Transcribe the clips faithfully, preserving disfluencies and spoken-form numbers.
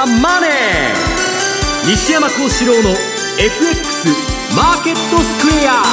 ザ・マネー、西山幸四郎の エフエックス マーケットスクエア。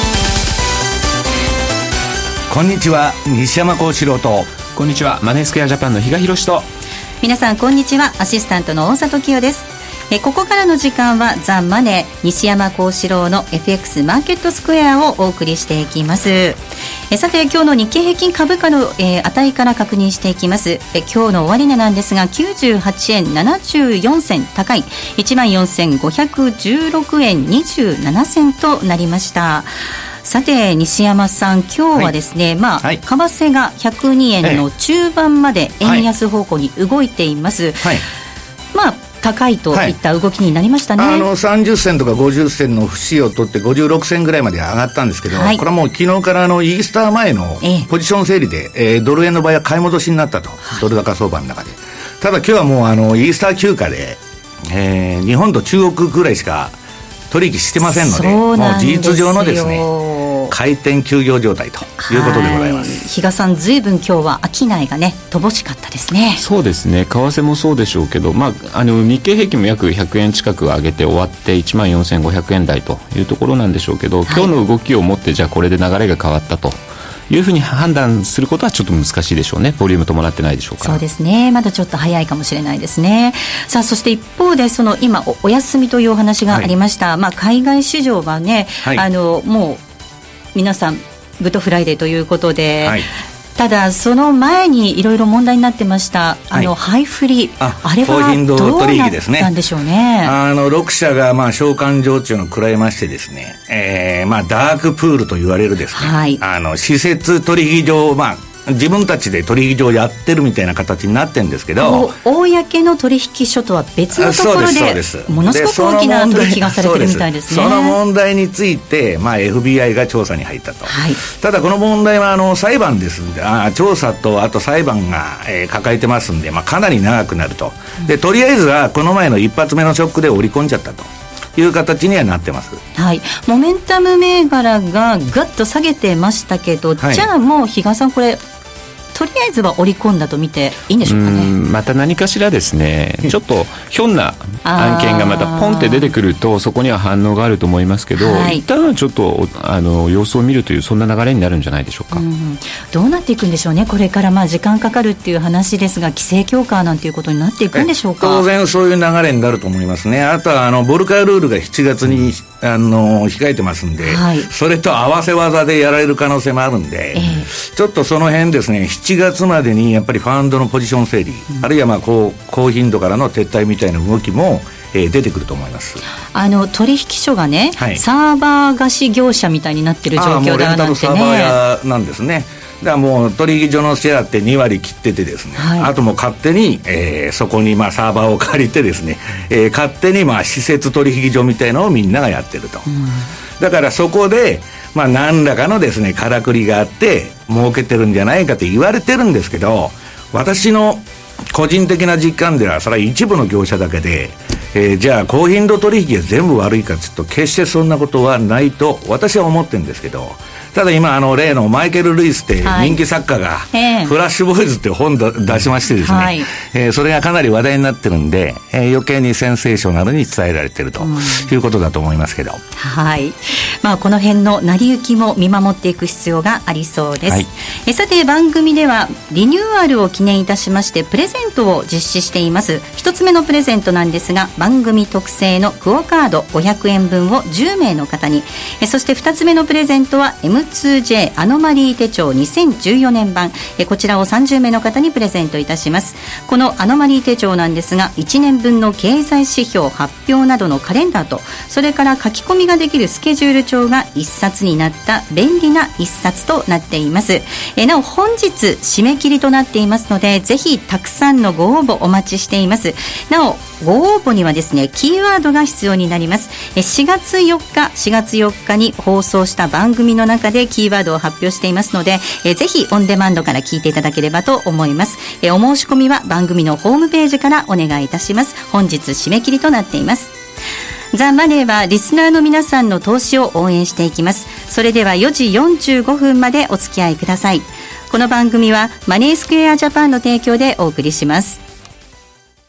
こんにちは、西山幸四郎と。 こんにちは、マネースクエアジャパンの比嘉宏と。 皆さんこんにちは、アシスタントの大里清です。えここからの時間はザ・マネー、西山幸四郎の エフエックス マーケットスクエアをお送りしていきます。えさて、今日の日経平均株価の、えー、値から確認していきます。え今日の終値なんですがきゅうじゅうはちえんななじゅうよんせん高い いちまんよんせんごひゃくじゅうろくえんにじゅうななせんとなりました。さて西山さん、今日はですね、はい、まあ、はい、為替がひゃくにえんの中盤まで円安方向に動いています、はい、まあ高いといった動きになりましたね、 はい、あのさんじゅっせんとかごじゅっせんの節を取ってごじゅうろくせんぐらいまで上がったんですけど、はい、これはもう昨日からあのイースター前のポジション整理で、えー、ドル円の場合は買い戻しになったと、はい、ドル高相場の中で。ただ今日はもうあのイースター休暇で、えー、日本と中国ぐらいしか取引してませんの で, もう事実上のですね開店休業状態ということでございます。 比嘉さん、ずいぶん今日は商いがね乏しかったですね。 そうですね、為替もそうでしょうけど、まあ、あの日経平均も約ひゃくえん近く上げて終わって いちまんよんせんごひゃくえん台というところなんでしょうけど、はい、今日の動きをもってじゃあこれで流れが変わったというふうに判断することはちょっと難しいでしょうね。ボリューム伴ってないでしょうから。 そうですね、まだちょっと早いかもしれないですね。さあ、そして一方でその今 お, お休みというお話がありました、はい、まあ、海外市場はね、はい、あのもう皆さんグッドフライデーということで、はい、ただその前にいろいろ問題になってましたあの、はい、ハイフリ あ, あれはどうなったんでしょうね。 あのろく社がまあ償還状況の食らいましてですね、えーまあ、ダークプールと言われるですね、はい、あの施設取引所、まあ自分たちで取引所をやってるみたいな形になってるんですけど、 公の取引所とは別のところでものすごく大きな取引がされてるみたいですね。 その問題について、まあ、エフビーアイ が調査に入ったと、はい、ただこの問題はあの裁判ですんで、あ調査とあと裁判が、えー、抱えてますんで、まあ、かなり長くなると。でとりあえずはこの前の一発目のショックで織り込んじゃったという形にはなってます、 はい、モメンタム銘柄がぐっと下げてましたけど、はい、じゃあもう比嘉さん、これとりあえずは織り込んだと見ていいんでしょうかね。 うんまた何かしらですねちょっとひょんな案件がまたポンって出てくるとそこには反応があると思いますけど、はい、一旦はちょっとあの様子を見るというそんな流れになるんじゃないでしょうか。うんどうなっていくんでしょうね。これからまあ時間かかるっていう話ですが、規制強化なんていうことになっていくんでしょうか。 当然そういう流れになると思いますね。あとはあのボルカールールがしちがつにあの控えてますんで、はい、それと合わせ技でやられる可能性もあるんで、えー、ちょっとその辺ですね、しちがつまでにやっぱりファンドのポジション整理、うん、あるいはまあこう高頻度からの撤退みたいな動きも、えー、出てくると思います。 あの取引所がね、はい、サーバー貸し業者みたいになってる状況だなんてね。あもうレンタルサーバー屋なんですね。 だからもう取引所のシェアってにわり切っててですね、はい、あともう勝手に、えー、そこにまあサーバーを借りてですね、えー、勝手にまあ施設取引所みたいなのをみんながやってると、うん、だからそこでまあ何らかのですねからくりがあって儲けてるんじゃないかと言われてるんですけど、私の個人的な実感ではそれは一部の業者だけで、えー、じゃあ高頻度取引が全部悪いかというと決してそんなことはないと私は思ってるんですけど、ただ今あの例のマイケル・ルイスって人気作家がフラッシュボーイズって本出しましてですね、はいえー、それがかなり話題になってるんで、えー、余計にセンセーショナルに伝えられてるということだと思いますけど、 はいまあ、この辺の成り行きも見守っていく必要がありそうです、はい、えさて番組ではリニューアルを記念いたしましてプレゼントを実施しています。一つ目のプレゼントなんですが、番組特製のクオカードごひゃくえんぶんをじゅうめいの方に、えそして二つ目のプレゼントは エムツージェー アノマリー手帳にせんじゅうよねんばん、えこちらをさんじゅうめいの方にプレゼントいたします。このアノマリー手帳なんですが、いちねんぶんの経済指標発表などのカレンダーと、それから書き込みができるスケジュール帳がいっさつになった便利ないっさつとなっています。えなお本日締め切りとなっていますので、ぜひたくさんのご応募お待ちしています。なおご応募にはですねキーワードが必要になります。しがつよっかしがつよっかに放送した番組の中でキーワードを発表していますので、えぜひオンデマンドから聞いていただければと思います。えお申し込みは番組のホームページからお願いいたします。本日締め切りとなっています。ザ・マネーはリスナーの皆さんの投資を応援していきます。それではよじよんじゅうごふんまでお付き合いください。この番組はマネースクエアジャパンの提供でお送りします。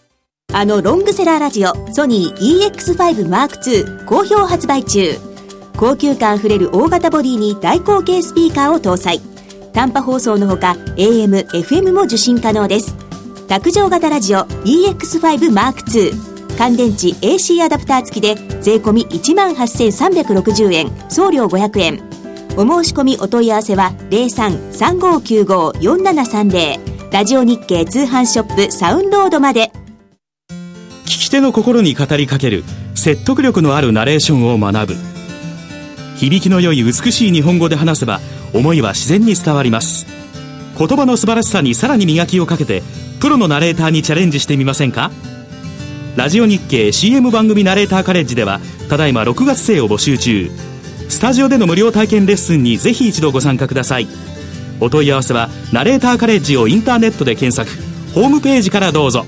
あのロングセラーラジオソニー イーエックスファイブマークツー 好評発売中。高級感あふれる大型ボディに大口径スピーカーを搭載。短波放送のほか エーエム、エフエム も受信可能です。卓上型ラジオ イーエックスファイブマークツー 乾電池 エーシー アダプター付きで税込み いちまんはっせんさんびゃくろくじゅうえん、送料ごひゃくえん。お申し込みお問い合わせは ゼロさん さんごきゅうご よんななさんゼロ ラジオ日経通販ショップサウンロードまで。 聞き手の心に語りかける説得力のあるナレーションを学ぶ。響きの良い美しい日本語で話せば思いは自然に伝わります。言葉の素晴らしさにさらに磨きをかけてプロのナレーターにチャレンジしてみませんか。ラジオ日経 シーエム 番組ナレーターカレッジではただいまろくがつ生を募集中。スタジオでの無料体験レッスンにぜひ一度ご参加ください。お問い合わせはナレーターカレッジをインターネットで検索、ホームページからどうぞ。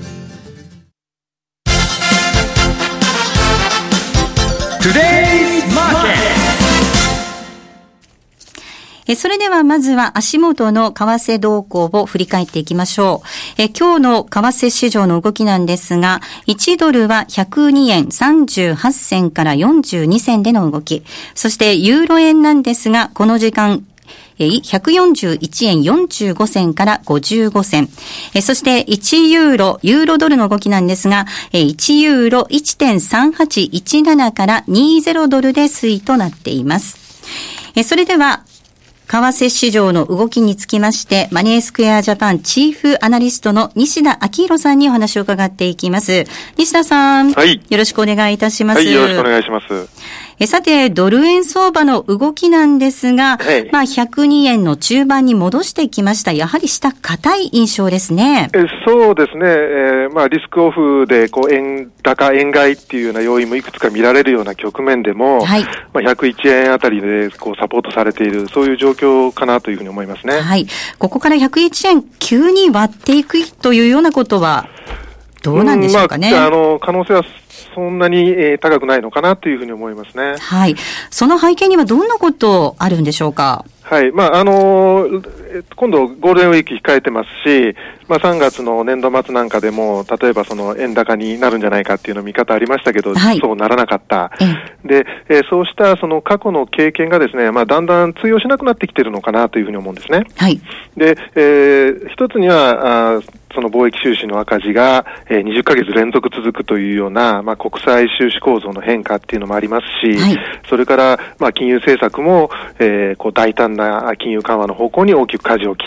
えそれではまずは足元の為替動向を振り返っていきましょう。え今日の為替市場の動きなんですが、いちドルはひゃくにえんさんじゅうはち銭からよんじゅうに銭での動き。そしてユーロ円なんですが、この時間ひゃくよんじゅういちえんよんじゅうご銭からごじゅうご銭。えそしていちユーロ、ユーロドルの動きなんですが、いちユーロ いってんさんはちいちなな からにじゅうドルで推移となっています。えそれでは、為替市場の動きにつきまして、マネースクエアジャパンチーフアナリストの西田明宏さんにお話を伺っていきます。西田さん、はい、よろしくお願いいたします。 はい、よろしくお願いします。 えさて、ドル円相場の動きなんですが、はい、まあひゃくにえんの中盤に戻してきました。やはり下硬い印象ですね。 えそうですね。えー、まあリスクオフでこう円高円買いっていうような要因もいくつか見られるような局面でも、はい、まあひゃくいちえんあたりでこうサポートされている、そういう状況かなというふうに思いますね。 はい。ここからひゃくいちえん急に割っていくというようなことはどうなんでしょうかね。 うん、まあ、あの可能性はそんなに、えー、高くないのかなというふうに思いますね。 はい。その背景にはどんなことあるんでしょうか。 はい。まあ、あのー、今度ゴールデンウィーク控えてますし、まあ、さんがつの年度末なんかでも、例えばその円高になるんじゃないかっていうの見方ありましたけど、はい、そうならなかった。で、えー、そうしたその過去の経験がですね、まあ、だんだん通用しなくなってきてるのかなというふうに思うんですね。はい。で、えー、一つには、あその貿易収支の赤字が、えー、にじゅっかげつ連続続くというような、まあ、国際収支構造の変化っていうのもありますし、はい、それから、まあ、金融政策も、えー、こう大胆な金融緩和の方向に大きく舵を切った。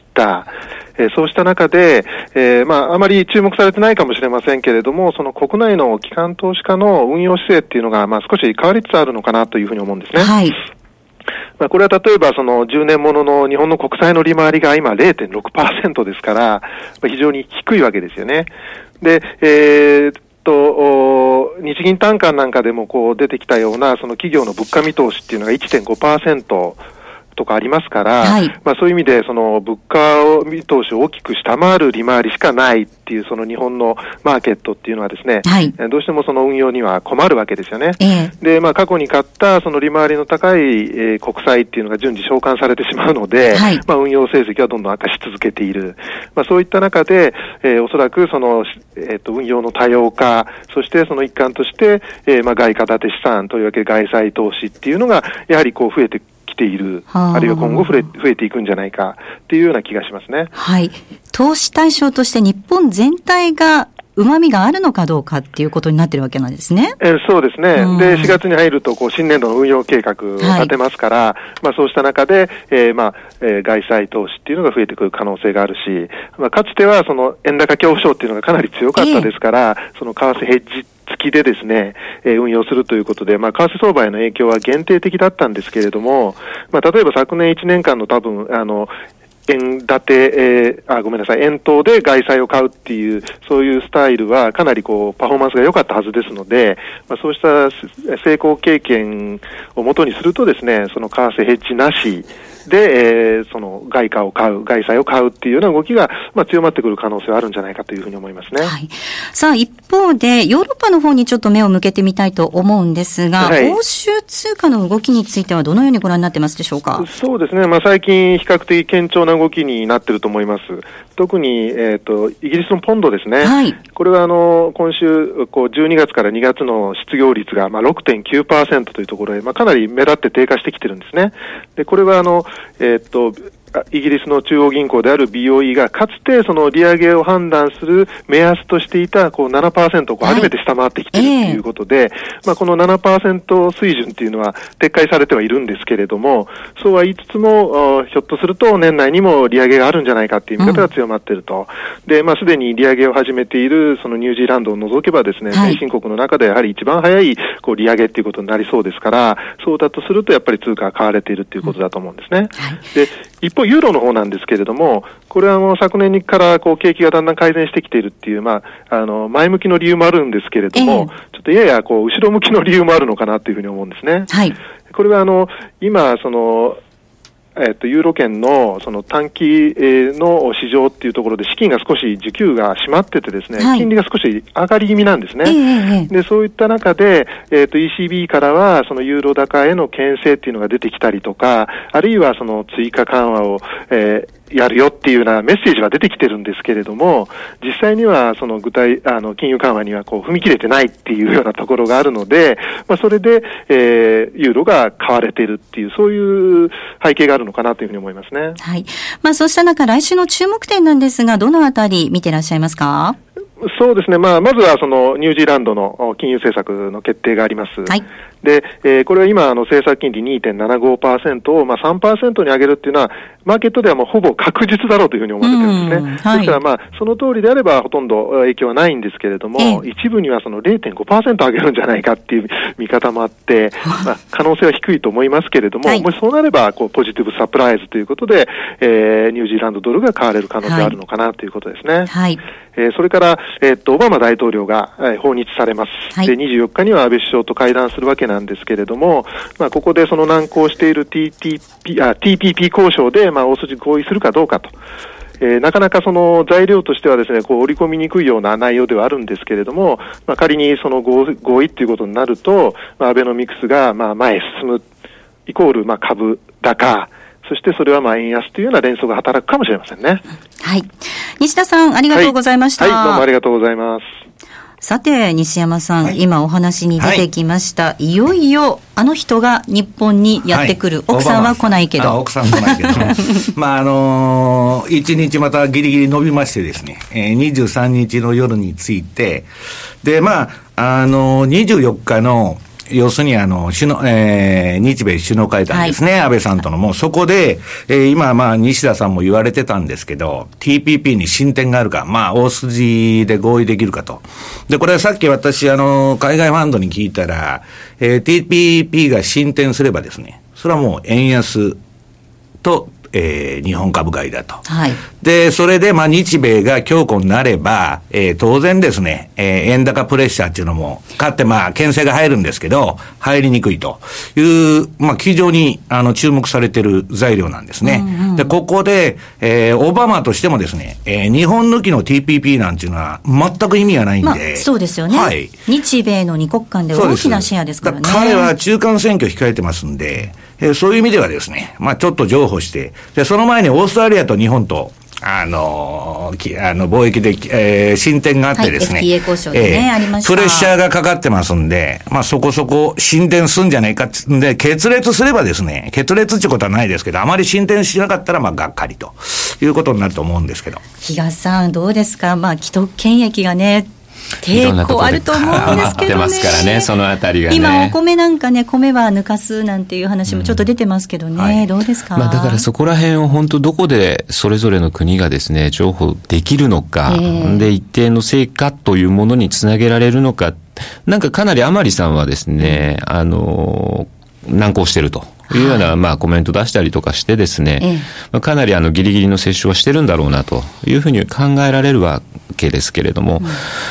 えー、そうした中で、えー、まあ、あまり注目されてないかもしれませんけれども、その国内の機関投資家の運用姿勢っていうのが、まあ、少し変わりつつあるのかなというふうに思うんですね。はい。まあ、これは例えばそのじゅうねんものの日本の国債の利回りが今 ゼロてんろくパーセント ですから、まあ、非常に低いわけですよね。で、えー、っと、日銀短観なんかでもこう出てきたようなその企業の物価見通しっていうのが いってんごパーセントとかありますから、はい、まあそういう意味でその物価見通しを大きく下回る利回りしかないっていうその日本のマーケットっていうのはですね、はい、どうしてもその運用には困るわけですよね。えー、で、まあ過去に買ったその利回りの高い、えー、国債っていうのが順次償還されてしまうので、はい、まあ運用成績はどんどん悪化し続けている。まあそういった中で、えー、おそらくその、えっと、運用の多様化、そしてその一環として、えー、まあ外貨建て資産というわけで外債投資っていうのがやはりこう増えてている、あるいは今後増え、増えていくんじゃないかっていうような気がしますね。 はい。投資対象として日本全体が旨味があるのかどうかっていうことになってるわけなんですね。 えー、そうですね。で、しがつに入るとこう新年度の運用計画を立てますから、はい、まあそうした中で、えー、まあ、えー、外債投資っていうのが増えてくる可能性があるし、まあかつてはその円高恐怖症っていうのがかなり強かったですから、えー、その為替ヘッジ付きでですね、えー、運用するということで、まあ、為替相場への影響は限定的だったんですけれども、まあ、例えば昨年いちねんかんの多分、あの、円建て、えー、あ、ごめんなさい、円等で外債を買うっていう、そういうスタイルはかなりこう、パフォーマンスが良かったはずですので、まあ、そうした成功経験をもとにするとですね、その為替ヘッジなしで、えー、その外貨を買う、外債を買うっていうような動きが、まあ、強まってくる可能性はあるんじゃないかというふうに思いますね。 はい。さあ、一方で、ヨーロッパの方にちょっと目を向けてみたいと思うんですが、はい、欧州通貨の動きについてはどのようにご覧になってますでしょうか。 そうですね。まあ、最近比較的堅調な動きになっていると思います。特に、えっと、イギリスのポンドですね。はい。これは、あの、今週、こう、じゅうにがつからにがつの失業率が、まあ、ろくてんきゅうパーセント というところで、まあ、かなり目立って低下してきてるんですね。で、これは、あの、えっと、イギリスの中央銀行である ビーオーイー がかつてその利上げを判断する目安としていたこう ななパーセント をこう初めて下回ってきているということで、はいえーまあ、この ななパーセント 水準というのは撤回されてはいるんですけれども、そうは言いつつもひょっとすると年内にも利上げがあるんじゃないかという見方が強まっていると、うん、で、まあ、すでに利上げを始めているそのニュージーランドを除けばですね、先進国の中でやはり一番早いこう利上げということになりそうですから、そうだとするとやっぱり通貨が買われているということだと思うんですね、うんはい、で一方ユーロの方なんですけれども、これはもう昨年からこう景気がだんだん改善してきているっていう、まあ、あの前向きの理由もあるんですけれども、えー、ちょっとややこう後ろ向きの理由もあるのかなというふうに思うんですね。はい、これはあの今そのえっと、ユーロ圏のその短期の市場っていうところで資金が少し需給が締まっててですね、はい、金利が少し上がり気味なんですね。えー、で、そういった中で、えっと、イーシービー からはそのユーロ高への牽制っていうのが出てきたりとか、あるいはその追加緩和を、えーやるよっていうようなメッセージが出てきてるんですけれども、実際にはその具体、あの、金融緩和にはこう踏み切れてないっていうようなところがあるので、まあそれで、えー、ユーロが買われているっていう、そういう背景があるのかなというふうに思いますね。 はい。まあそうした中、来週の注目点なんですが、どのあたり見てらっしゃいますか？ そうですね。まあ、まずはそのニュージーランドの金融政策の決定があります。はい。で、えー、これは今、あの、政策金利 にてんななごパーセント を、まあ、さんパーセント に上げるっていうのは、マーケットではもうほぼ確実だろうというふうに思われてるんですね。はい、ですから、まあ、その通りであればほとんど影響はないんですけれども、えー、一部にはその れいてんごパーセント 上げるんじゃないかっていう見方もあって、まあ、可能性は低いと思いますけれども、はい、もしそうなれば、こう、ポジティブサプライズということで、えー、ニュージーランドドルが買われる可能性があるのかなということですね。はい。はいえー、それから、えー、っと、オバマ大統領が、えー、訪日されます。はい、で、にじゅうよっかには安倍首相と会談するわけなんですけれども、まあ、ここでその難航している ティーティーピー、あ、ティーピーピー 交渉で、まあ、大筋合意するかどうかと。えー、なかなかその材料としてはですね、こう織り込みにくいような内容ではあるんですけれども、まあ、仮にその合意、合意っていうことになると、まあ、アベノミクスが、まあ、前へ進む、イコール、まあ、株高、そしてそれはまあ円安というような連想が働くかもしれませんね。 はい。西田さん、ありがとうございました。 はい、はい、どうもありがとうございます。 さて、西山さん、はい、今お話に出てきました、はい、いよいよあの人が日本にやってくる、はい、奥さんは来ないけど。 奥さん来ないけど。まあ、あのー、いちにちまたギリギリ伸びましてですね、えー、にじゅうさんにちの夜について、で、まあ、あのー、にじゅうよっかの要するにあの、首脳、えー、日米首脳会談ですね、はい、安倍さんとの。もうそこで、えー、今まあ西田さんも言われてたんですけど、ティーピーピー に進展があるか、まあ大筋で合意できるかと。で、これはさっき私あの、海外ファンドに聞いたら、えー、ティーピーピー が進展すればですね、それはもう円安と、えー、日本株買いだと。はい。で、それで、まあ、日米が強固になれば、えー、当然ですね、えー、円高プレッシャーっていうのも、かってまあ、牽制が入るんですけど、入りにくいという、まあ、非常に、あの、注目されている材料なんですね。うんうん、で、ここで、えー、オバマとしてもですね、えー、日本抜きの ティーピーピー なんていうのは、全く意味がないんで。まあ、 そうですよね。はい。日米の二国間で大きなシェアですからね。 だから彼は中間選挙控えてますんで、えー、そういう意味ではですね、まあちょっと譲歩して、で、その前にオーストラリアと日本と、あのー、あの、貿易で、えー、進展があってですね。 はい、エフティーエー 交渉でね、えー、ありました。 プレッシャーがかかってますんで、まあそこそこ進展するんじゃないかってんで、決裂すればですね、決裂ってことはないですけど、あまり進展しなかったら、まあがっかりということになると思うんですけど。 東さん、どうですか？まあ既得権益がね、抵抗あると思うんですけどね。 ますからね、そのあたりがね。 今お米なんかね、米は抜かすなんていう話もちょっと出てますけどね、うんはい、どうですか？ まあ、だからそこら辺を本当どこでそれぞれの国がですね、譲歩できるのか、えー、で一定の成果というものにつなげられるのか、なんかかなり甘利さんはですね、あの難航してると。いうような、まあ、コメント出したりとかしてですね、ええまあ、かなりあのギリギリの接種はしてるんだろうなというふうに考えられるわけですけれども、うん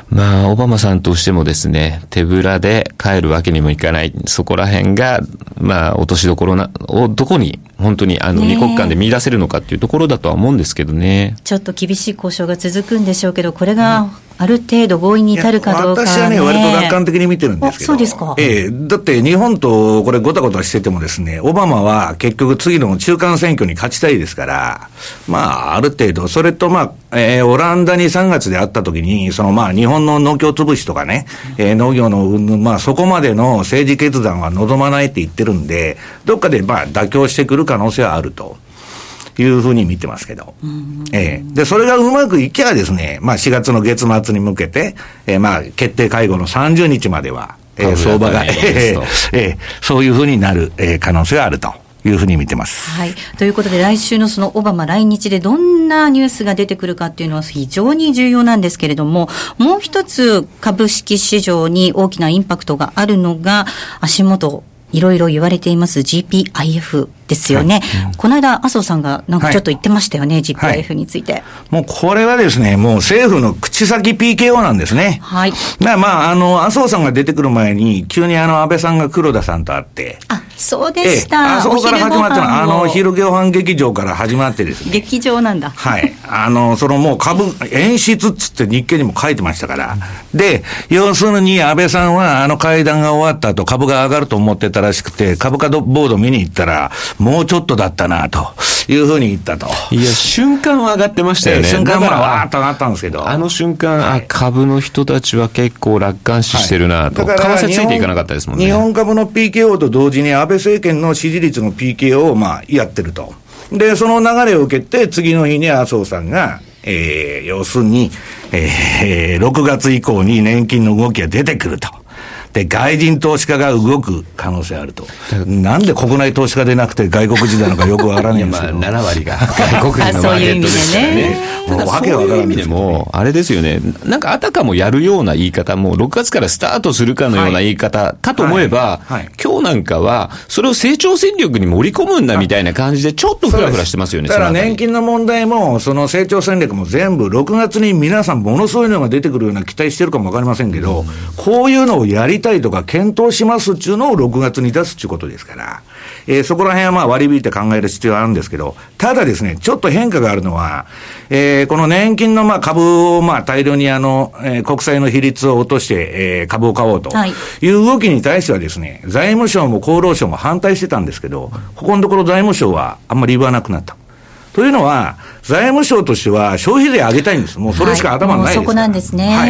まあ、オバマさんとしてもですね、手ぶらで帰るわけにもいかない。そこら辺が、まあ、落としどころな、をどこに、本当に、あの、二国間で見出せるのかっていうところだとは思うんですけどね。 ちょっと厳しい交渉が続くんでしょうけど、これが、ある程度合意に至るかどうか、ね、 私はね、割と楽観的に見てるんですけど。 そうですか。 ええ、だって日本とこれごたごたしててもですね、オバマは結局次の中間選挙に勝ちたいですから、まあ、ある程度、それとまあ、えー、オランダにさんがつで会った時に、そのまあ、日本の農協潰しとかね、えー、農業の、まあ、そこまでの政治決断は望まないって言ってるんで、どっかでまあ、妥協してくる可能性はあると。いうふうに見てますけど。ええ。で、それがうまくいきゃですね、まあしがつの月末に向けて、えー、まあ決定会合のさんじゅうにちまでは、えー、相場が、えーえー、そういうふうになる、えー、可能性があるというふうに見てます。 はい。ということで来週のそのオバマ来日でどんなニュースが出てくるかっていうのは非常に重要なんですけれども、もう一つ株式市場に大きなインパクトがあるのが足元、いろいろ言われています ジーピーアイエフ ですよね、はいうん、この間麻生さんがなんかちょっと言ってましたよね、はい、ジーピーアイエフ について、はい、 もうこれはですね、もう政府の口先 ピーケーオー なんですね。 はい。 だからまあ、あの、麻生さんが出てくる前に、急にあの、安倍さんが黒田さんと会って、 あ、そうでした。 ええ、あそこから始まったのは、あの、昼ご飯劇場から始まってですね。 劇場なんだ。 はい。あの、そのもう株、演出っつって日経にも書いてましたから。で、要するに安倍さんはあの会談が終わった後、株が上がると思ってたらしくて、株価ボード見に行ったら、もうちょっとだったな、というふうに言ったと。 いや、瞬間は上がってましたよね。 瞬間はわーっと上がったんですけど。 あの瞬間、はい、あ、株の人たちは結構楽観視してるなと。はい、為替ついていかなかったですもんね。 日本株の ピーケーオー と同時に安倍政権の支持率の ピーケーオー をまあやってると。で、その流れを受けて、次の日に麻生さんが、えー、要するに、えー、ろくがつ以降に年金の動きが出てくると。で、外人投資家が動く可能性あると。なんで国内投資家でなくて外国人なのかよくわからないんですけど。 まあ、ななわりが外国人のマーケットですからね。 もうわけわからない。 そういう意味でも、あれですよね。なんかあたかもやるような言い方も、ろくがつからスタートするかのような言い方かと思えば、はいはいはい、今日なんかは、それを成長戦略に盛り込むんだみたいな感じで、ちょっとフラフラしてますよね。 だから年金の問題も、その成長戦略も全部、ろくがつに皆さんものすごいのが出てくるような期待してるかもわかりませんけど、うん、こういうのをやりたいとか検討しますっていうのをろくがつに出すっていうことですから、えー、そこら辺はまあ割り引いて考える必要があるんですけど、ただですね、ちょっと変化があるのは、えー、この年金のまあ株をまあ大量にあの、えー、国債の比率を落として、えー、株を買おうという動きに対してはですね、財務省も厚労省も反対してたんですけど、ここのところ財務省はあんまり言わなくなった。というのは、財務省としては消費税上げたいんです。もうそれしか頭ないですから、はい、 そこなんですね。 はい。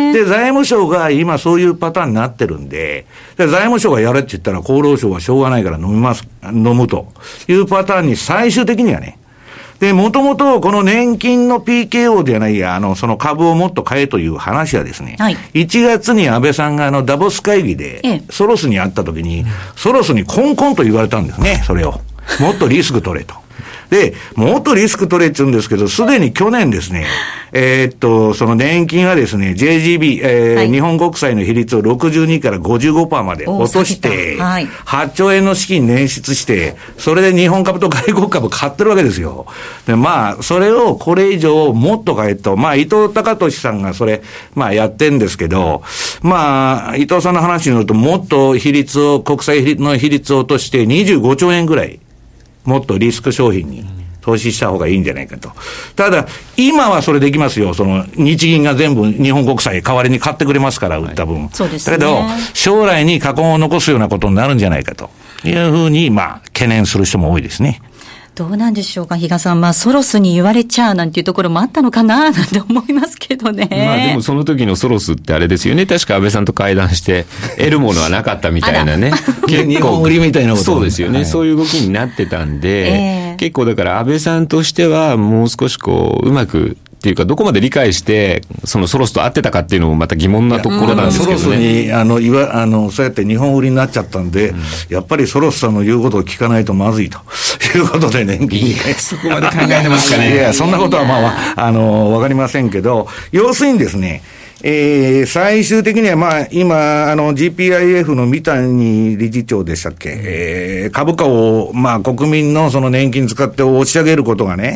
で、財務省が今そういうパターンになってるんで、で財務省がやれって言ったら厚労省はしょうがないから飲みます、飲むというパターンに最終的にはね。で、もともとこの年金の ピーケーオー ではないや、あの、その株をもっと買えという話はですね、はい、いちがつに安倍さんがあのダボス会議でソロスに会った時に、ソロスにコンコンと言われたんですね、それを。もっとリスク取れと。で、もっとリスク取れって言うんですけど、すでに去年ですね、えー、っと、その年金はですね、ジェイジービー、えーはい、日本国債の比率をろくじゅうにから ごじゅうごパーセント まで落として、はい、はっちょうえんの資金捻出して、それで日本株と外国株買ってるわけですよ。で、まあ、それをこれ以上もっと買えと、まあ、伊藤孝俊さんがそれ、まあ、やってんですけど、まあ、伊藤さんの話によると、もっと比率を、国債の比率を落としてにじゅうごちょうえんぐらい、もっとリスク商品に投資した方がいいんじゃないかと。ただ、今はそれできますよ。その、日銀が全部日本国債代わりに買ってくれますから、売った分。はい、 そうですね。 だけど、将来に禍根を残すようなことになるんじゃないかというふうに、まあ、懸念する人も多いですね。 どうなんでしょうか、比嘉さん。まあ、ソロスに言われちゃうなんていうところもあったのかな、なんて思いますけどね。 まあ、でもその時のソロスってあれですよね。確か安倍さんと会談して、得るものはなかったみたいなね。 結構日本売りみたいなこと。 そうですよね、はい。そういう動きになってたんで、えー、結構だから安倍さんとしては、もう少しこう、うまく、っていうか、どこまで理解して、そのソロスと合ってたかっていうのもまた疑問なところなんですけどね。 ソロスに、あの、いわ、あの、そうやって日本売りになっちゃったんで、うん、やっぱりソロスさんの言うことを聞かないとまずいということでね、 そこまで考えてますかね。 いや、そんなことはまあ、あの、わかりませんけど、要するにですね、えー、最終的にはまあ、今、あの、ジーピーアイエフ の三谷理事長でしたっけ、えー、株価を、まあ、国民のその年金使って押し上げることがね、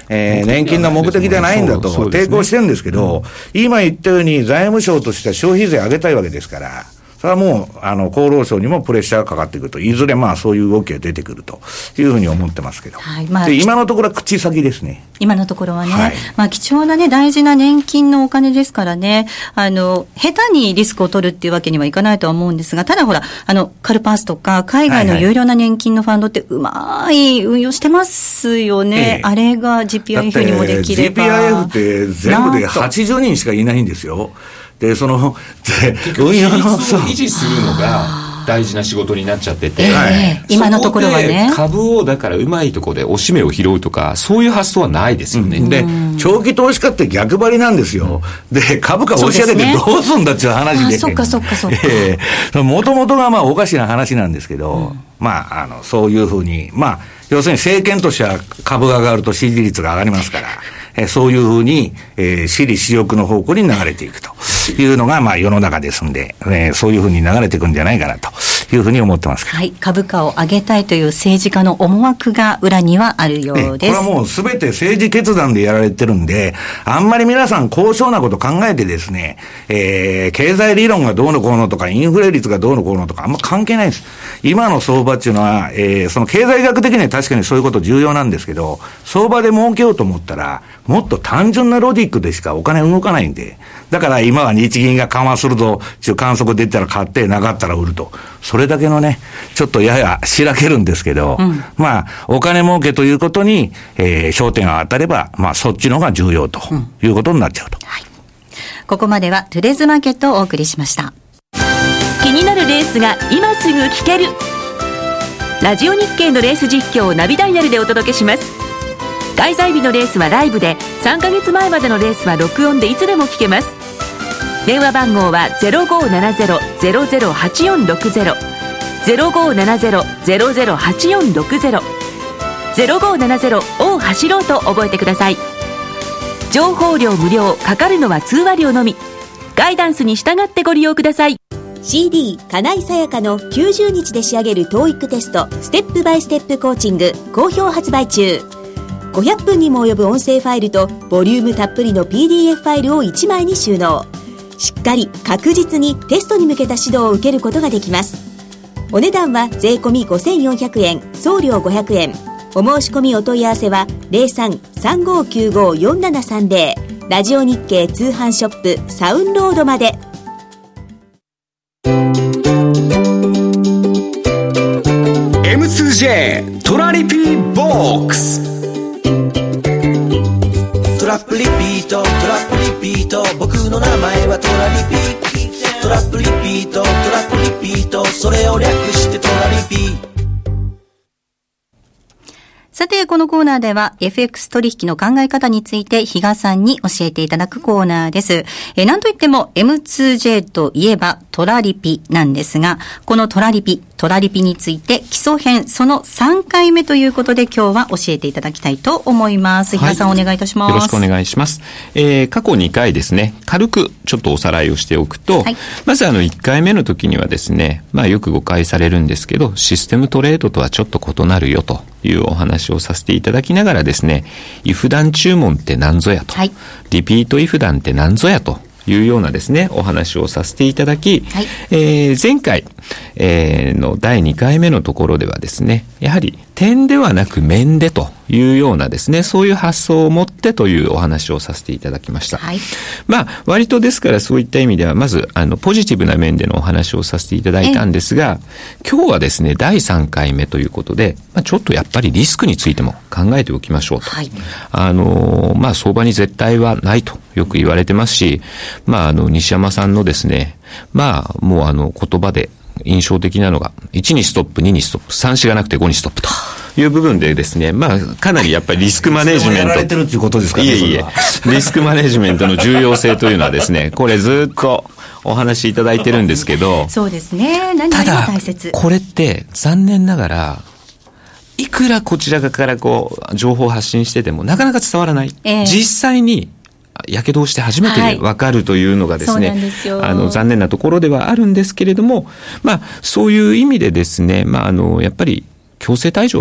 えー、年金の目的ではないんだと抵抗してるんですけど、うん、今言ったように財務省としては消費税上げたいわけですから、それはもう、あの、厚労省にもプレッシャーがかかってくると、いずれまあそういう動きが出てくるというふうに思ってますけど。はい、まあ、で今のところは口先ですね。 今のところはね。 はい、 まあ貴重なね、大事な年金のお金ですからね、あの、下手にリスクを取るっていうわけにはいかないとは思うんですが、ただほら、あの、カルパースとか、海外の有料な年金のファンドってうまい運用してますよね。はいはい、あれが ジーピーアイエフ にもできれば。 ジーピーアイエフ って全部ではちじゅうにんしかいないんですよ。で、その、 運用の維持するのが大事な仕事になっちゃってて、えーはい、今のところはね。 株をだからうまいところでおしめを拾うとか、そういう発想はないですよね。うん、 で、長期投資家って逆張りなんですよ。で、株価押し上げてどうすんだっていう話で。 あ、そっかそっかそっか。 えー、もともとがまあおかしな話なんですけど、うん、まあ、あの、そういうふうに、まあ、要するに政権としては株が上がると支持率が上がりますから、えー、そういうふうに、えー、私利私欲の方向に流れていくというのが、まあ世の中ですんで、えー、そういうふうに流れていくんじゃないかなというふうに思ってますけど。 はい。株価を上げたいという政治家の思惑が裏にはあるようです。 これはもうすべて政治決断でやられてるんで、あんまり皆さん高尚なこと考えてですね、えー、経済理論がどうのこうのとか、インフレ率がどうのこうのとか、あんま関係ないんです。今の相場っていうのは、えー、その経済学的には確かにそういうこと重要なんですけど、相場で儲けようと思ったら、もっと単純なロジックでしかお金動かないんで、だから今は日銀が緩和すると、ちゅう観測出たら買って、なかったら売ると。それだけのね、ちょっとややしらけるんですけど、うん、まあ、お金儲けということに、えー、焦点が当たれば、まあ、そっちの方が重要ということになっちゃうと。うん、はい。 ここまではトゥデズマーケットをお送りしました。 気になるレースが今すぐ聞ける。ラジオ日経のレース実況をナビダイヤルでお届けします。開催日のレースはライブで、さんかげつまえまでのレースは録音でいつでも聞けます。電話番号は ゼロごーななゼロ ゼロゼロはちよんろくゼロ ゼロごーななゼロ ゼロゼロはちよんろくゼロ ゼロごーななゼロを走ろうと覚えてください。情報料無料、かかるのは通話料のみ。ガイダンスに従ってご利用ください。 シーディー 金井さやかのきゅうじゅうにちで仕上げる トーイック テストステップバイステップコーチング好評発売中。ごひゃっぷんにも及ぶ音声ファイルとボリュームたっぷりの ピーディーエフ ファイルをいちまいに収納。しっかり確実にテストに向けた指導を受けることができます。お値段は税込みごせんよんひゃくえん、送料ごひゃくえん。お申し込みお問い合わせは ゼロさん さんごきゅうご よんななさんゼロ ラジオ日経通販ショップサウンロードまで。 エムツージェー トラリピーボックス。 トラップリピート、トラップリピート、僕の名前はトラリピ。トラップリピート、トラップリピート、それを略してトラリピ。 さて、このコーナーでは エフエックス 取引の考え方について比嘉さんに教えていただくコーナーです。えー、なんといっても エムツージェー といえばトラリピなんですが、このトラリピ、トラリピについて基礎編そのさんかいめということで今日は教えていただきたいと思います。比嘉さん、はい、お願いいたします。 よろしくお願いします。えー、過去にかいですね、軽くちょっとおさらいをしておくと、はい、まずあのいっかいめの時にはですね、まあよく誤解されるんですけど、システムトレードとはちょっと異なるよというお話をさせていただきながらですね、イフダン注文って何ぞやと、はい、リピートイフダンって何ぞやというようなですね、お話をさせていただき、はい、えー、前回、えー、のだいにかいめのところではですね、やはり点ではなく面でというようなですね、そういう発想を持ってというお話をさせていただきました。はい、まあ、割とですからそういった意味では、まず、あの、ポジティブな面でのお話をさせていただいたんですが、今日はですね、だいさんかいめということで、まあ、ちょっとやっぱりリスクについても考えておきましょうと。はい、あの、まあ、相場に絶対はないとよく言われてますし、まあ、あの、西山さんのですね、まあ、もうあの、言葉で印象的なのが、いちにストップ、ににストップ、さんしがなくてごにストップという部分でですね、まあ、かなりやっぱりリスクマネジメント。やられてるっていうことですかね。いえいえ、リスクマネジメントの重要性というのはですね、これずっとお話しいただいてるんですけど。 そうですね。何よりも大切。 ただ、これって残念ながら、いくらこちら側からこう、情報を発信しててもなかなか伝わらない。えー、実際に、やけどをして初めて分かるというのがですね、はい、あの残念なところではあるんですけれども、まあそういう意味でですね、まああのやっぱり強制退場は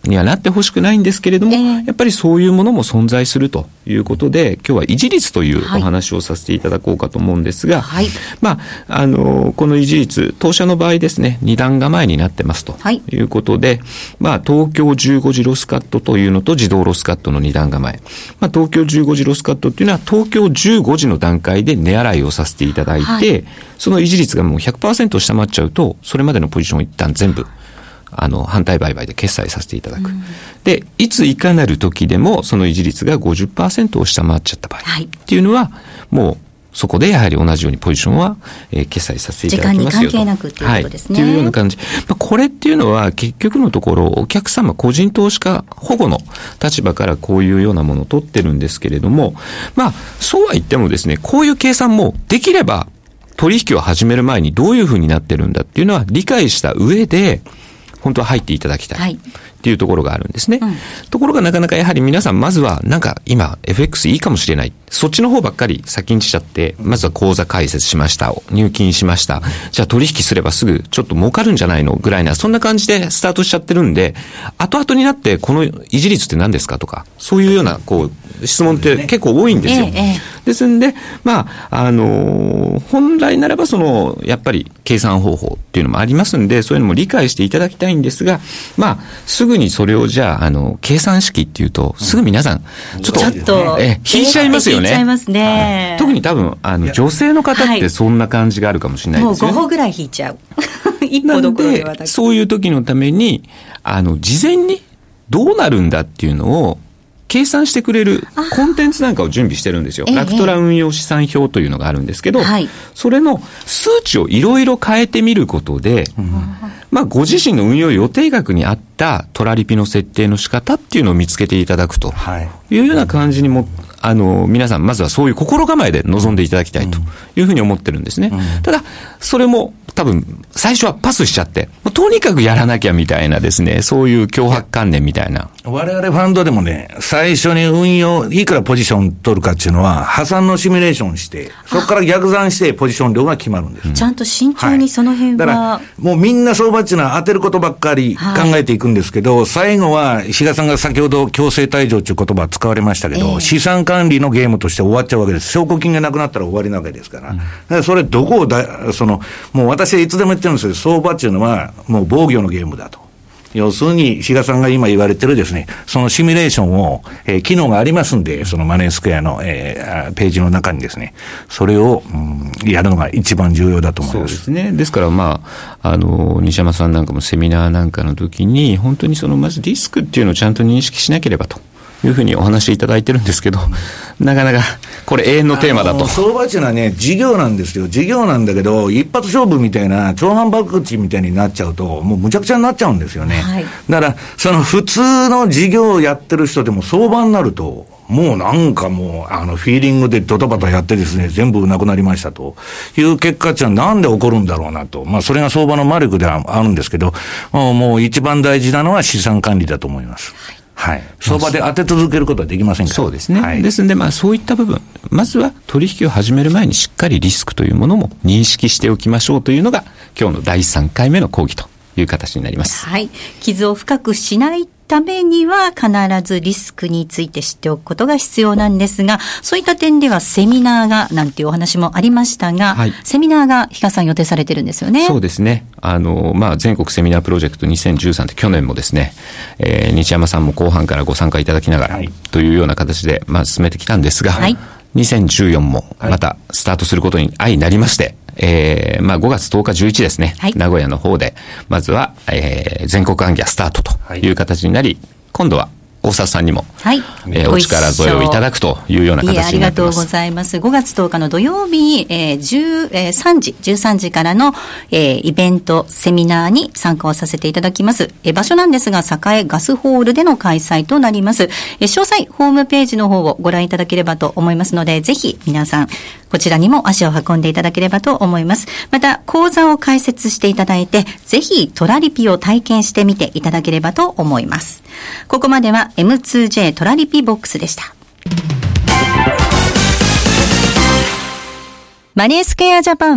にはなってほしくないんですけれども、えー、やっぱりそういうものも存在するということで、今日は維持率というお話をさせていただこうかと思うんですが、はい、まあ、あの、この維持率、当社の場合ですね、二段構えになってますということで、はい、まあ、東京じゅうごじロスカットというのと自動ロスカットの二段構え。まあ、東京じゅうごじロスカットっていうのは、東京じゅうごじの段階で値洗いをさせていただいて、はい、その維持率がもう ひゃくパーセント 下回っちゃうと、それまでのポジションを一旦全部、あの、反対売買で決済させていただく。うん、で、いついかなる時でも、その維持率が ごじゅっパーセント を下回っちゃった場合、はい、っていうのは、もう、そこでやはり同じようにポジションは、えー、決済させていただきますよと。 時間に関係なくっていうことですね。 はい、っていうような感じ。まあ、これっていうのは結局のところ、お客様、個人投資家保護の立場からこういうようなものを取ってるんですけれども、まあ、そうは言ってもですね、こういう計算もできれば、取引を始める前にどういうふうになってるんだっていうのは理解した上で、本当は入っていただきたい。はい。っていうところがあるんですね。うん、ところがなかなかやはり皆さんまずはなんか今 エフエックス いいかもしれない。そっちの方ばっかり先にしちゃって、まずは口座開設しました。入金しました。じゃあ取引すればすぐちょっと儲かるんじゃないのぐらいな、そんな感じでスタートしちゃってるんで、後々になってこの維持率って何ですかとか、そういうようなこう質問って結構多いんですよ。ええ、ですんで、まあ、あのー、本来ならばその、やっぱり計算方法っていうのもありますんで、そういうのも理解していただきたいんですが、まあ、すぐにそれをじゃあ、あの、計算式っていうと、すぐ皆さん、ちょっと、 ちょっとえ、引いちゃいますよね。 引いちゃいますね。 はい、特に多分、あの、女性の方ってそんな感じがあるかもしれないですよね。 もうごほぐらい引いちゃう。一歩どころではなく。 そういう時のために、あの、事前にどうなるんだっていうのを、計算してくれるコンテンツなんかを準備してるんですよ。ラクトラ運用試算表というのがあるんですけど、はい、それの数値をいろいろ変えてみることで、うん、まあご自身の運用予定額に合ったトラリピの設定の仕方っていうのを見つけていただくというような感じにも、あの、皆さんまずはそういう心構えで臨んでいただきたいというふうに思ってるんですね。うん、ただ、それも多分最初はパスしちゃって、とにかくやらなきゃみたいなですね、そういう強迫観念みたいな。 我々ファンドでもね、最初に運用、いくらポジション取るかっていうのは、破産のシミュレーションして、そこから逆算してポジション量が決まるんです。 ちゃんと慎重にその辺は。はい、だから、 もうみんな相場っていうのは当てることばっかり考えていくんですけど、はい、最後は、比嘉さんが先ほど強制退場っていう言葉使われましたけど、えー、資産管理のゲームとして終わっちゃうわけです。証拠金がなくなったら終わりなわけですから。うん、だからそれどこをだ、その、もう私はいつでも言ってるんですけど、相場っていうのはもう防御のゲームだと。要するに、比嘉さんが今言われてるですね、そのシミュレーションを、えー、機能がありますんで、そのマネースクエアの、えー、ページの中にですね、それを、うん、やるのが一番重要だと思います。 そうですね。ですから、まあ、あの、西山さんなんかもセミナーなんかの時に、本当にその、まずリスクっていうのをちゃんと認識しなければと。いうふうにお話しいただいてるんですけど、なかなかこれ永遠のテーマだと。 相場っていうのはね、事業なんですよ。事業なんだけど、一発勝負みたいな、超反爆地みたいになっちゃうと、もうむちゃくちゃになっちゃうんですよね。はい、だから、その普通の事業をやってる人でも相場になると、もうなんかもう、あの、フィーリングでドタバタやってですね、全部なくなりましたという結果っていうのはなんで起こるんだろうなと。まあ、それが相場の魔力ではあるんですけど、もう一番大事なのは資産管理だと思います。はい。相場で当て続けることはできませんから。 そうですね。 はい、 ですので、まあそういった部分、まずは取引を始める前にしっかりリスクというものも認識しておきましょうというのが、今日のだいさんかいめの講義という形になります。 はい。傷を深くしないためには必ずリスクについて知っておくことが必要なんですが、そういった点ではセミナーがなんていうお話もありましたが、はい、セミナーが比嘉さん予定されてるんですよね。 そうですね。あの、まあ、全国セミナープロジェクトにせんじゅうさんって去年もですね、えー、日山さんも後半からご参加いただきながら、はい、というような形で、まあ、進めてきたんですが、はい、にせんじゅうよんもまたスタートすることに相なりまして、えー、まあごがつとおかじゅういちですね、はい、名古屋の方で、まずは、えー、全国暗記スタートという形になり、今度は大里さんにも、はいえー、お力添えをいただくというような形になっています。 ありがとうございます。ごがつとおかの土曜日、えー、じゅうさんじ、じゅうさんじからの、えー、イベント、セミナーに参加をさせていただきます。えー、場所なんですが、栄ガスホールでの開催となります。えー、詳細、ホームページの方をご覧いただければと思いますので、ぜひ皆さん、こちらにも足を運んでいただければと思います。また、講座を開設していただいて、ぜひトラリピを体験してみていただければと思います。ここまでは エムツージェー トラリピボックスでした。マネースクエアジャパンは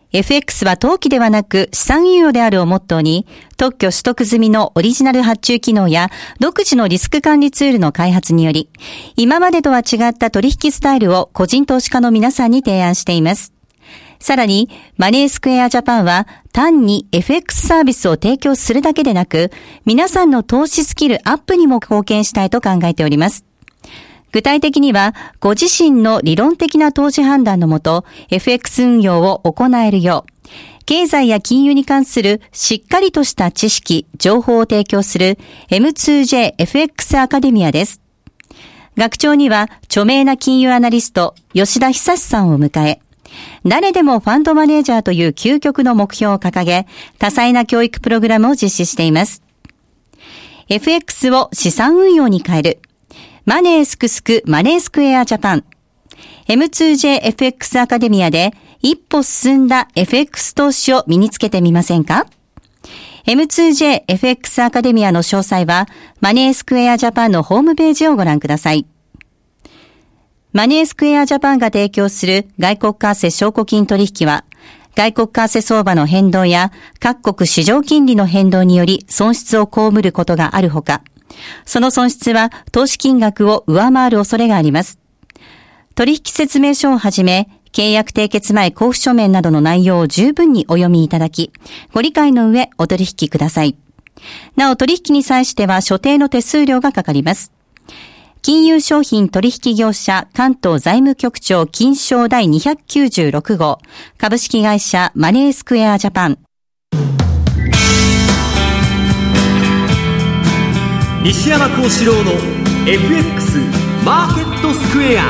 エフエックス は投機ではなく資産運用であるをモットーに、特許取得済みのオリジナル発注機能や独自のリスク管理ツールの開発により、今までとは違った取引スタイルを個人投資家の皆さんに提案しています。さらに、マネースクエアジャパンは単に エフエックス サービスを提供するだけでなく、皆さんの投資スキルアップにも貢献したいと考えております。具体的には、ご自身の理論的な投資判断のもと、エフエックス 運用を行えるよう、経済や金融に関するしっかりとした知識、情報を提供する エムツージェーエフエックス アカデミアです。学長には、著名な金融アナリスト、吉田久さんを迎え、誰でもファンドマネージャーという究極の目標を掲げ、多彩な教育プログラムを実施しています。エフエックス を資産運用に変える。マネースクスクマネースクエアジャパン エムツージェーエフエックス アカデミアで一歩進んだ エフエックス 投資を身につけてみませんか？ エムツージェーエフエックス アカデミアの詳細はマネースクエアジャパンのホームページをご覧ください。マネースクエアジャパンが提供する外国為替証拠金取引は外国為替相場の変動や各国市場金利の変動により損失を被ることがあるほか、その損失は投資金額を上回る恐れがあります。取引説明書をはじめ、契約締結前交付書面などの内容を十分にお読みいただき、ご理解の上お取引ください。なお取引に際しては所定の手数料がかかります。金融商品取引業者関東財務局長金商第にひゃくきゅうじゅうろく号株式会社マネースクエアジャパン。 西山幸四郎の エフエックス マーケットスクエア。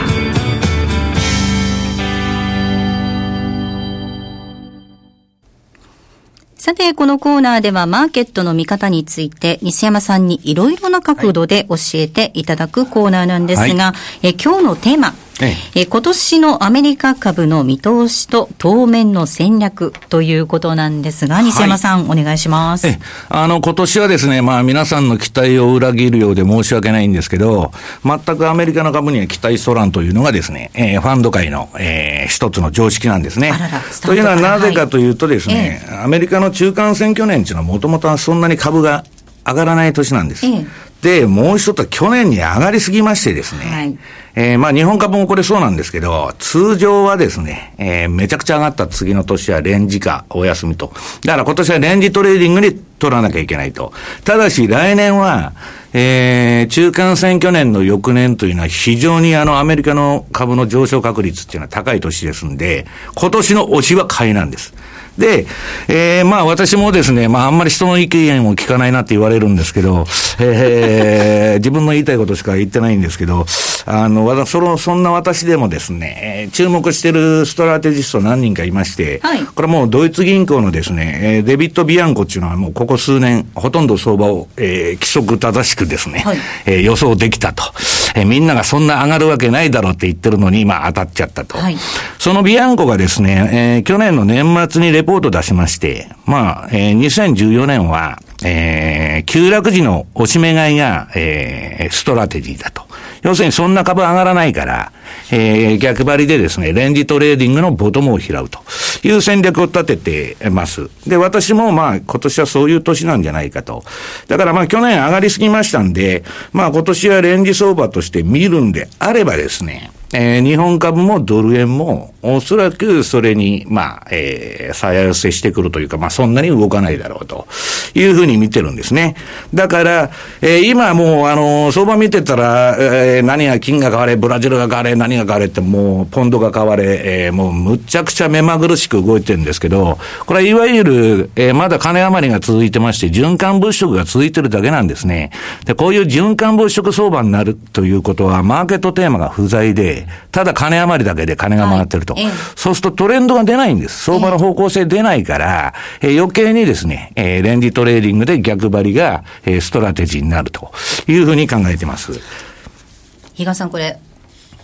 さて、このコーナーではマーケットの見方について西山さんにいろいろな角度で教えていただくコーナーなんですが、はい、え今日のテーマ、ええ、今年のアメリカ株の見通しと当面の戦略ということなんですが、西山さん、はい、お願いします。 えあの今年はですね、まあ皆さんの期待を裏切るようで申し訳ないんですけど、全くアメリカの株には期待しとらんというのがですね、えー、ファンド界の、えー、一つの常識なんですね。あららというのはなぜかというとですね、はい、アメリカの中間選挙年というのはもともとはそんなに株が上がらない年なんです。ええ、で、もう一つは去年に上がりすぎましてですね、はい、えー、まあ日本株もこれそうなんですけど、通常はですね、えー、めちゃくちゃ上がった次の年はレンジかお休みと。だから今年はレンジトレーディングに取らなきゃいけないと。ただし来年は、えー、中間選挙年の翌年というのは非常にあのアメリカの株の上昇確率っていうのは高い年ですんで、今年の推しは買いなんです。で、えー、まあ私もですね、まああんまり人の意見を聞かないなって言われるんですけど、えー、自分の言いたいことしか言ってないんですけど、あの、その、そんな私でもですね、注目してるストラテジスト何人かいまして、はい、これもうドイツ銀行のですね、デビッド・ビアンコっていうのはもうここ数年、ほとんど相場を、えー、規則正しくですね、はい、えー、予想できたと、えー。みんながそんな上がるわけないだろうって言ってるのに、まあ当たっちゃったと。はい、そのビアンコがですね、えー、去年の年末にレポート出しまして、まあ、えー、にせんじゅうよねんは、えー、急落時の押し目買いが、えー、ストラテジーだと。要するにそんな株上がらないから、えー、逆張りでですね、レンジトレーディングのボトムを拾うという戦略を立ててます。で、私もまあ今年はそういう年なんじゃないかと。だからまあ去年上がりすぎましたんで、まあ今年はレンジ相場として見るんであればですね、えー、日本株もドル円もおそらくそれにまあ、えー、再寄せしてくるというか、まあそんなに動かないだろうというふうに見てるんですね。だから、えー、今もうあの相場見てたら、えー、何が金が買われ、ブラジルが買われ、何が買われってもうポンドが買われ、えー、もうむちゃくちゃ目まぐるしく動いてるんですけど、これはいわゆる、えー、まだ金余りが続いてまして循環物色が続いてるだけなんですね。で、こういう循環物色相場になるということはマーケットテーマが不在で、ただ金余りだけで金が回ってると、はい、そうするとトレンドが出ないんです。相場の方向性出ないから、えー、余計にですね、えー、レンジトレーディングで逆張りが、えー、ストラテジーになるというふうに考えてます。 比嘉さん、これ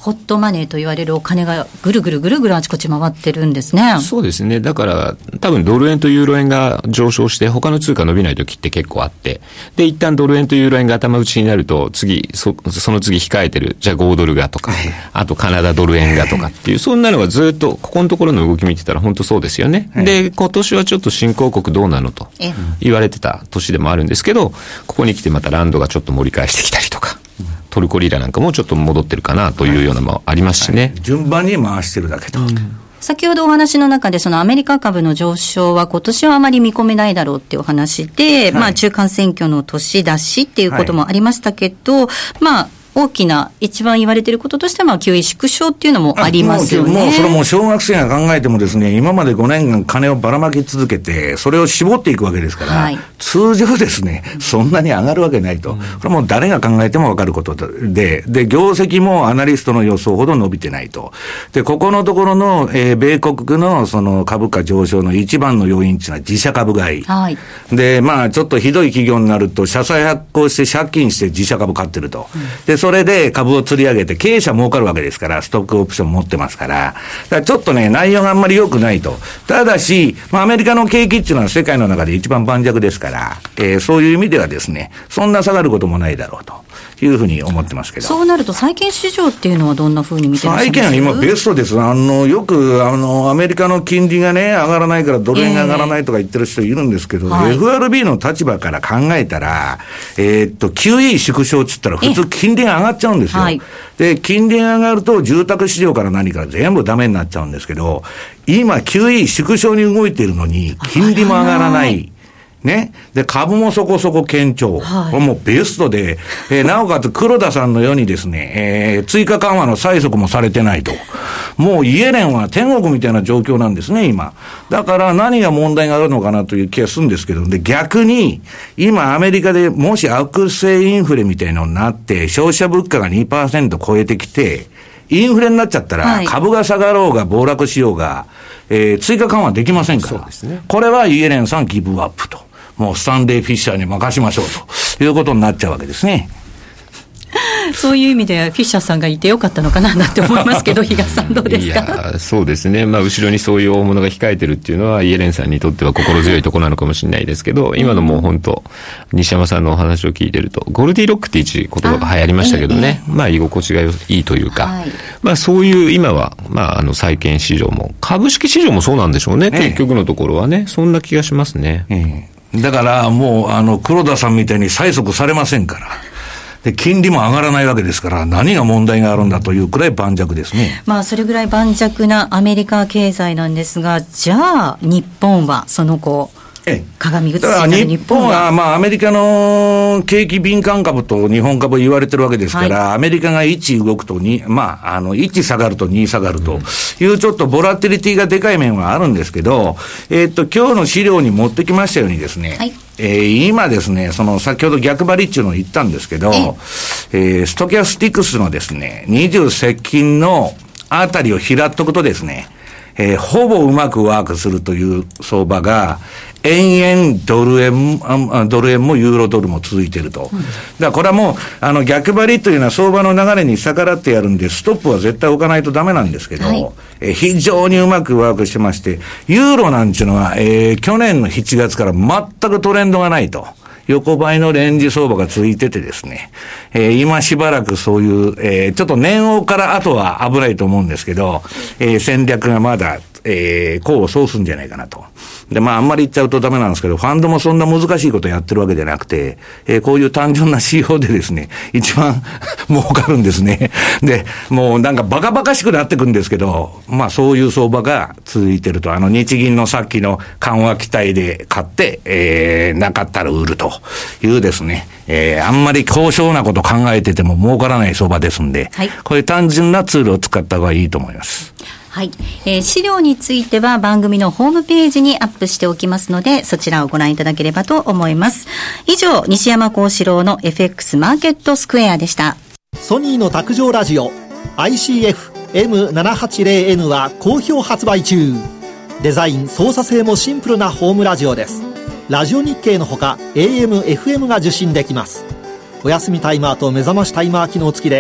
ホットマネーと言われるお金がぐるぐるぐるぐるあちこち回ってるんですね。 そうですね。だから多分ドル円とユーロ円が上昇して他の通貨伸びない時って結構あって、で一旦ドル円とユーロ円が頭打ちになると次 そ, その次控えてるじゃあごドルがとか、あとカナダドル円がとかっていうそんなのがずっとここのところの動き見てたら本当そうですよね。で今年はちょっと新興国どうなのと言われてた年でもあるんですけど、ここに来てまたランドがちょっと盛り返してきたりとか、トルコリラなんかもちょっと戻ってるかなというようなのもありますしね、はいはい、 順番に回してるだけと、うん、 先ほどお話の中でそのアメリカ株の上昇は今年はあまり見込めないだろうっていうお話で、はい、まあ中間選挙の年だしっていうこともありましたけど、はい、まあ大きな一番言われていることとしては、まあ、キューイー 縮小っていうのもありますよね。 もう、もうそれも小学生が考えてもですね、今までごねんかん金をばらまき続けて、それを絞っていくわけですから、はい、通常ですね、そんなに上がるわけないと。うん、これはもう誰が考えてもわかることで、で、業績もアナリストの予想ほど伸びてないと。で、ここのところの、えー、米国のその株価上昇の一番の要因っていうのは自社株買い。はい、で、まあ、ちょっとひどい企業になると、社債発行して借金して自社株買ってると。うん、で、それで株を釣り上げて経営者儲かるわけですから、ストックオプション持ってますから、だからちょっとね、内容があんまり良くないと。ただし、まあ、アメリカの景気っていうのは世界の中で一番盤石ですから、えー、そういう意味ではですね、そんな下がることもないだろうというふうに思ってますけど。 そうなると債券市場っていうのはどんなふうに見てらっしゃいますか？ 債券は今ベストです。あの、よく、あの、アメリカの金利がね、上がらないからドル円が上がらないとか言ってる人いるんですけど、えーはい、エフアールビー の立場から考えたら、えー、っと、キューイー 縮小って言ったら普通金利が上がっちゃうんですよ。はい、で、金利が上がると住宅市場から何から全部ダメになっちゃうんですけど、今 キューイー 縮小に動いているのに、金利も上がらない。ね。で、株もそこそこ堅調。はい、これもうベストで、えー、なおかつ黒田さんのようにですね、えー、追加緩和の催促もされてないと。もうイエレンは天国みたいな状況なんですね、今。だから何が問題があるのかなという気がするんですけど、で、逆に、今アメリカでもし悪性インフレみたいなのになって、消費者物価が にパーセント 超えてきて、インフレになっちゃったら、株が下がろうが暴落しようが、えー、追加緩和できませんから。そうですね。これはイエレンさんギブアップと。もうスタンレー・フィッシャーに任しましょうということになっちゃうわけですね。 そういう意味でフィッシャーさんがいてよかったのかななんて思いますけど比嘉さんどうですか？ いやそうですね、まあ、後ろにそういう大物が控えてるっていうのはイエレンさんにとっては心強いところなのかもしれないですけど、今のもう本当西山さんのお話を聞いてるとゴルディロックって一言葉が流行りましたけどね、あ、ええ、まあ居心地がいいというか、はい、まあそういう今は、まあ、あの債券市場も株式市場もそうなんでしょうね、ええ、結局のところはね、そんな気がしますね、ええ、だからもうあの黒田さんみたいに催促されませんから、で金利も上がらないわけですから、何が問題があるんだというくらい盤石ですね。 まあそれぐらい盤石なアメリカ経済なんですが、じゃあ日本はその後鏡写しになる日本は、 日本はまあアメリカの景気敏感株と日本株言われてるわけですから、はい、アメリカがいち動くとに、まああのいち下がるとに下がるというちょっとボラティリティがでかい面はあるんですけど、えー、っと今日の資料に持ってきましたようにですね、はい、えー、今ですね、その先ほど逆張りっていうのを言ったんですけど、えー、ストキャスティクスのですね、にじゅう接近のあたりを拾っとくとですね、えー、ほぼうまくワークするという相場が、円円、ドル円、ドル円もユーロドルも続いていると。うん、だからこれはもう、あの逆張りというのは相場の流れに逆らってやるんで、ストップは絶対置かないとダメなんですけど、はい、えー、非常にうまくワークしてまして、ユーロなんていうのは、えー、去年のしちがつから全くトレンドがないと。横ばいのレンジ相場が続いててですね、えー、今しばらくそういう、えー、ちょっと年王から後は危ないと思うんですけど、えー、戦略がまだ、えー、功を奏すんじゃないかなと。で、まあ、あんまり言っちゃうとダメなんですけど、ファンドもそんな難しいことやってるわけじゃなくて、えー、こういう単純な指標でですね、一番儲かるんですね。で、もうなんかバカバカしくなってくんですけど、まあ、そういう相場が続いてると、あの、日銀のさっきの緩和期待で買って、えー、なかったら売るというですね、えー、あんまり高尚なこと考えてても儲からない相場ですんで、はい、こういう単純なツールを使った方がいいと思います。 はい、えー、資料については番組のホームページにアップしておきますので、そちらをご覧いただければと思います。以上、西山幸四郎の エフエックス マーケットスクエアでした。 ソニーの卓上ラジオ アイシーエフエムななはちゼロエヌ は好評発売中。デザイン操作性もシンプルなホームラジオです。ラジオ日経のほか エーエム、エフエム が受信できます。お休みタイマーと目覚ましタイマー機能付きで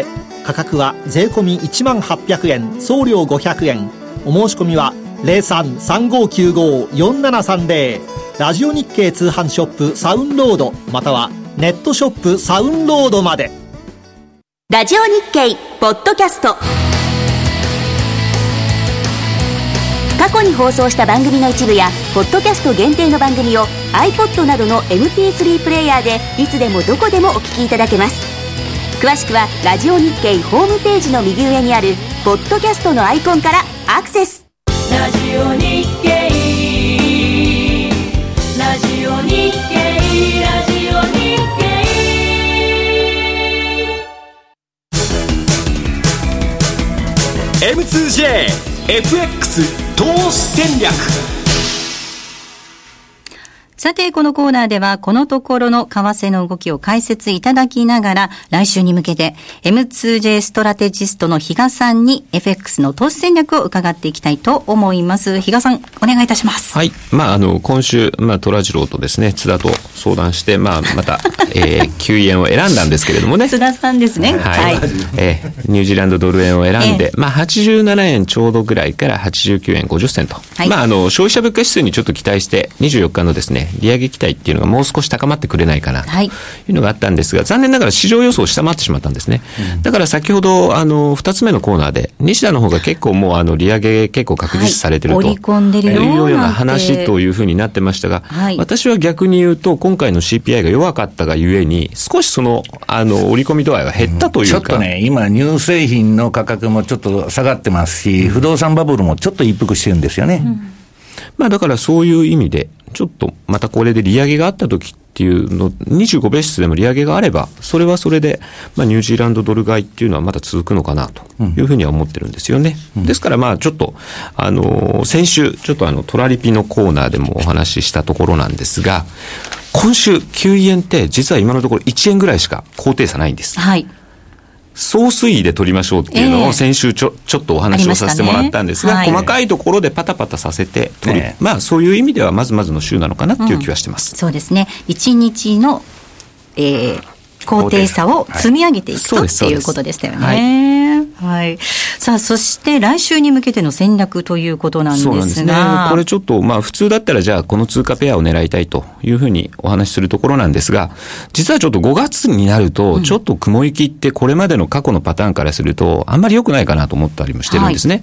価格は税込みいちまんはっぴゃくえん、送料ごひゃくえん。お申し込みは ゼロさん さんごきゅうご よんななさんゼロ ラジオ日経通販ショップサウンロードまたはネットショップサウンロードまで。 ラジオ日経ポッドキャスト、過去に放送した番組の一部やポッドキャスト限定の番組を iPod などの エムピースリー プレイヤーでいつでもどこでもお聞きいただけます。詳しくはラジオ日経ホームページの右上にあるポッドキャストのアイコンからアクセス。 ラジオ日経ラジオ日経ラジオ日経エムツージェーエフエックス 投資戦略。 さて、このコーナーではこのところの為替の動きを解説いただきながら、来週に向けて エムツージェー ストラテジストの比嘉さんに エフエックス の投資戦略を伺っていきたいと思います。比嘉さん、お願いいたします。 はい。まあ、あの、今週、まあ、虎次郎とですね、津田と相談して、まあ、また、えー、きゅうえんを選んだんですけれどもね。 津田さんですね。 はい。はい、えー、ニュージーランドドル円を選んで、えー、まあ、はちじゅうななえんちょうどぐらいからはちじゅうきゅうえんごじゅっせんと。はい、まあ、あの、消費者物価指数にちょっと期待して、にじゅうよっかのですね、利上げ期待っていうのがもう少し高まってくれないかなというのがあったんですが、残念ながら市場予想を下回ってしまったんですね。うん、だから先ほどあのふたつめのコーナーで西田の方が結構もうあの利上げ結構確実視されてると、はい、 織り込んでるよいうような話というふうになってましたが、はい、私は逆に言うと今回の シーピーアイ が弱かったがゆえに少しそのあの織り込み度合いが減ったというか、 うん、ちょっとね今乳製品の価格もちょっと下がってますし、不動産バブルもちょっと一服してるんですよね。うん、 まあだからそういう意味でちょっとまたこれで利上げがあった時っていうのにじゅうごベーシスでも利上げがあればそれはそれで、まあ、ニュージーランドドル買いっていうのはまだ続くのかなというふうには思ってるんですよね。うん、ですからまあちょっとあのー、先週ちょっとあのトラリピのコーナーでもお話ししたところなんですが、今週きゅうえんって実は今のところいちえんぐらいしか高低差ないんです。 はい。 総推移で取りましょうっていうのを先週ちょ、えー、ちょっとお話をさせてもらったんですが、ねはい、細かいところでパタパタさせて取る、ね、まあそういう意味ではまずまずの週なのかなっていう気はしてます。 うん、そうですね。いちにちの、えー、高低差を積み上げていくと、はい、っていうことでしたよね。はいはい。さあ、そして来週に向けての戦略ということなんですが。そうなんですね。 これちょっと、まあ普通だったらじゃあこの通貨ペアを狙いたいというふうにお話しするところなんですが、実はちょっとごがつになると、ちょっと雲行きってこれまでの過去のパターンからすると、あんまり良くないかなと思ったりもしてるんですね。はい、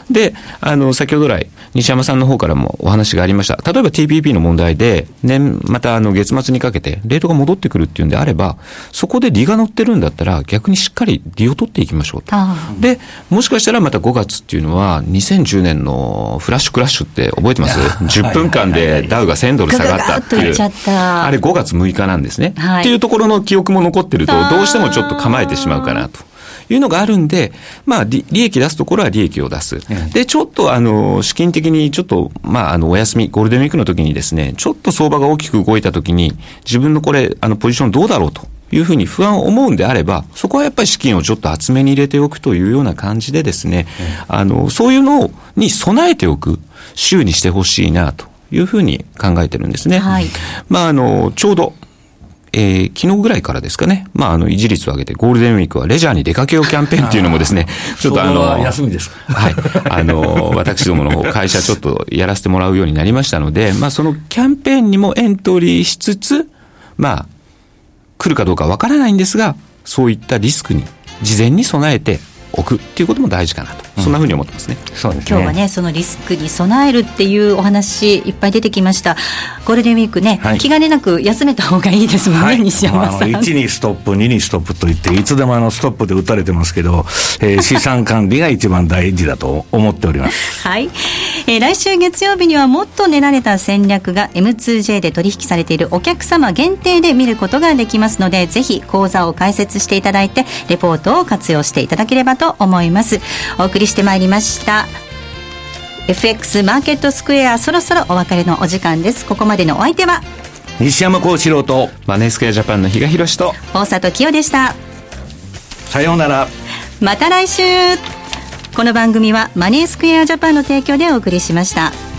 で、あの、先ほど来、西山さんの方からもお話がありました。例えば ティーピーピー の問題で、年、またあの月末にかけてレートが戻ってくるっていうんであれば、そこで利が乗ってるんだったら逆にしっかり利を取っていきましょうと。で、もしかしたらまたごがつっていうのはにせんじゅうねんのフラッシュクラッシュって覚えてます？ じゅっぷんかんでダウがせんドル下がったっていう。あれごがつむいかなんですね。はい、っていうところの記憶も残ってると、どうしてもちょっと構えてしまうかなと。いうのがあるんで、まあ、利益出すところは利益を出す。で、ちょっと、あの、資金的にちょっと、まあ、あの、お休み、ゴールデンウィークの時にですね、ちょっと相場が大きく動いた時に、自分のこれ、あの、ポジションどうだろうというふうに不安を思うんであれば、そこはやっぱり資金をちょっと厚めに入れておくというような感じでですね、あの、そういうのに備えておく週にしてほしいな、というふうに考えてるんですね。はい。まあ、あの、ちょうど、えー、昨日ぐらいからですかね。まあ、あの、維持率を上げて、ゴールデンウィークはレジャーに出かけようキャンペーンっていうのもですね、ちょっとあの、 休みですか。 はい。あの、私どもの方、会社ちょっとやらせてもらうようになりましたので、まあ、そのキャンペーンにもエントリーしつつ、まあ、来るかどうかわからないんですが、そういったリスクに事前に備えて置くっていうことも大事かなと、うん、そんなふうに思ってますね。 そうですね。今日はね、そのリスクに備えるっていうお話いっぱい出てきました。ゴールデンウィークね、はい、気兼ねなく休めた方がいいですもんね、はい、西山さん。 いちにストップ、ににストップといっていつでもあのストップで打たれてますけど、えー、資産管理が一番大事だと思っております。 はい、えー、来週月曜日にはもっと練られた戦略が エムツージェー で取引されているお客様限定で見ることができますので、ぜひ講座を開設していただいてレポートを活用していただければと思います。お送りしてまいりましたエフエックス マーケットスクエア、そろそろお別れのお時間です。ここまでのお相手は西山幸四郎とマネースクエアジャパンの比嘉宏と大里清でした。 さようなら。 また来週。この番組はマネースクエアジャパンの提供でお送りしました。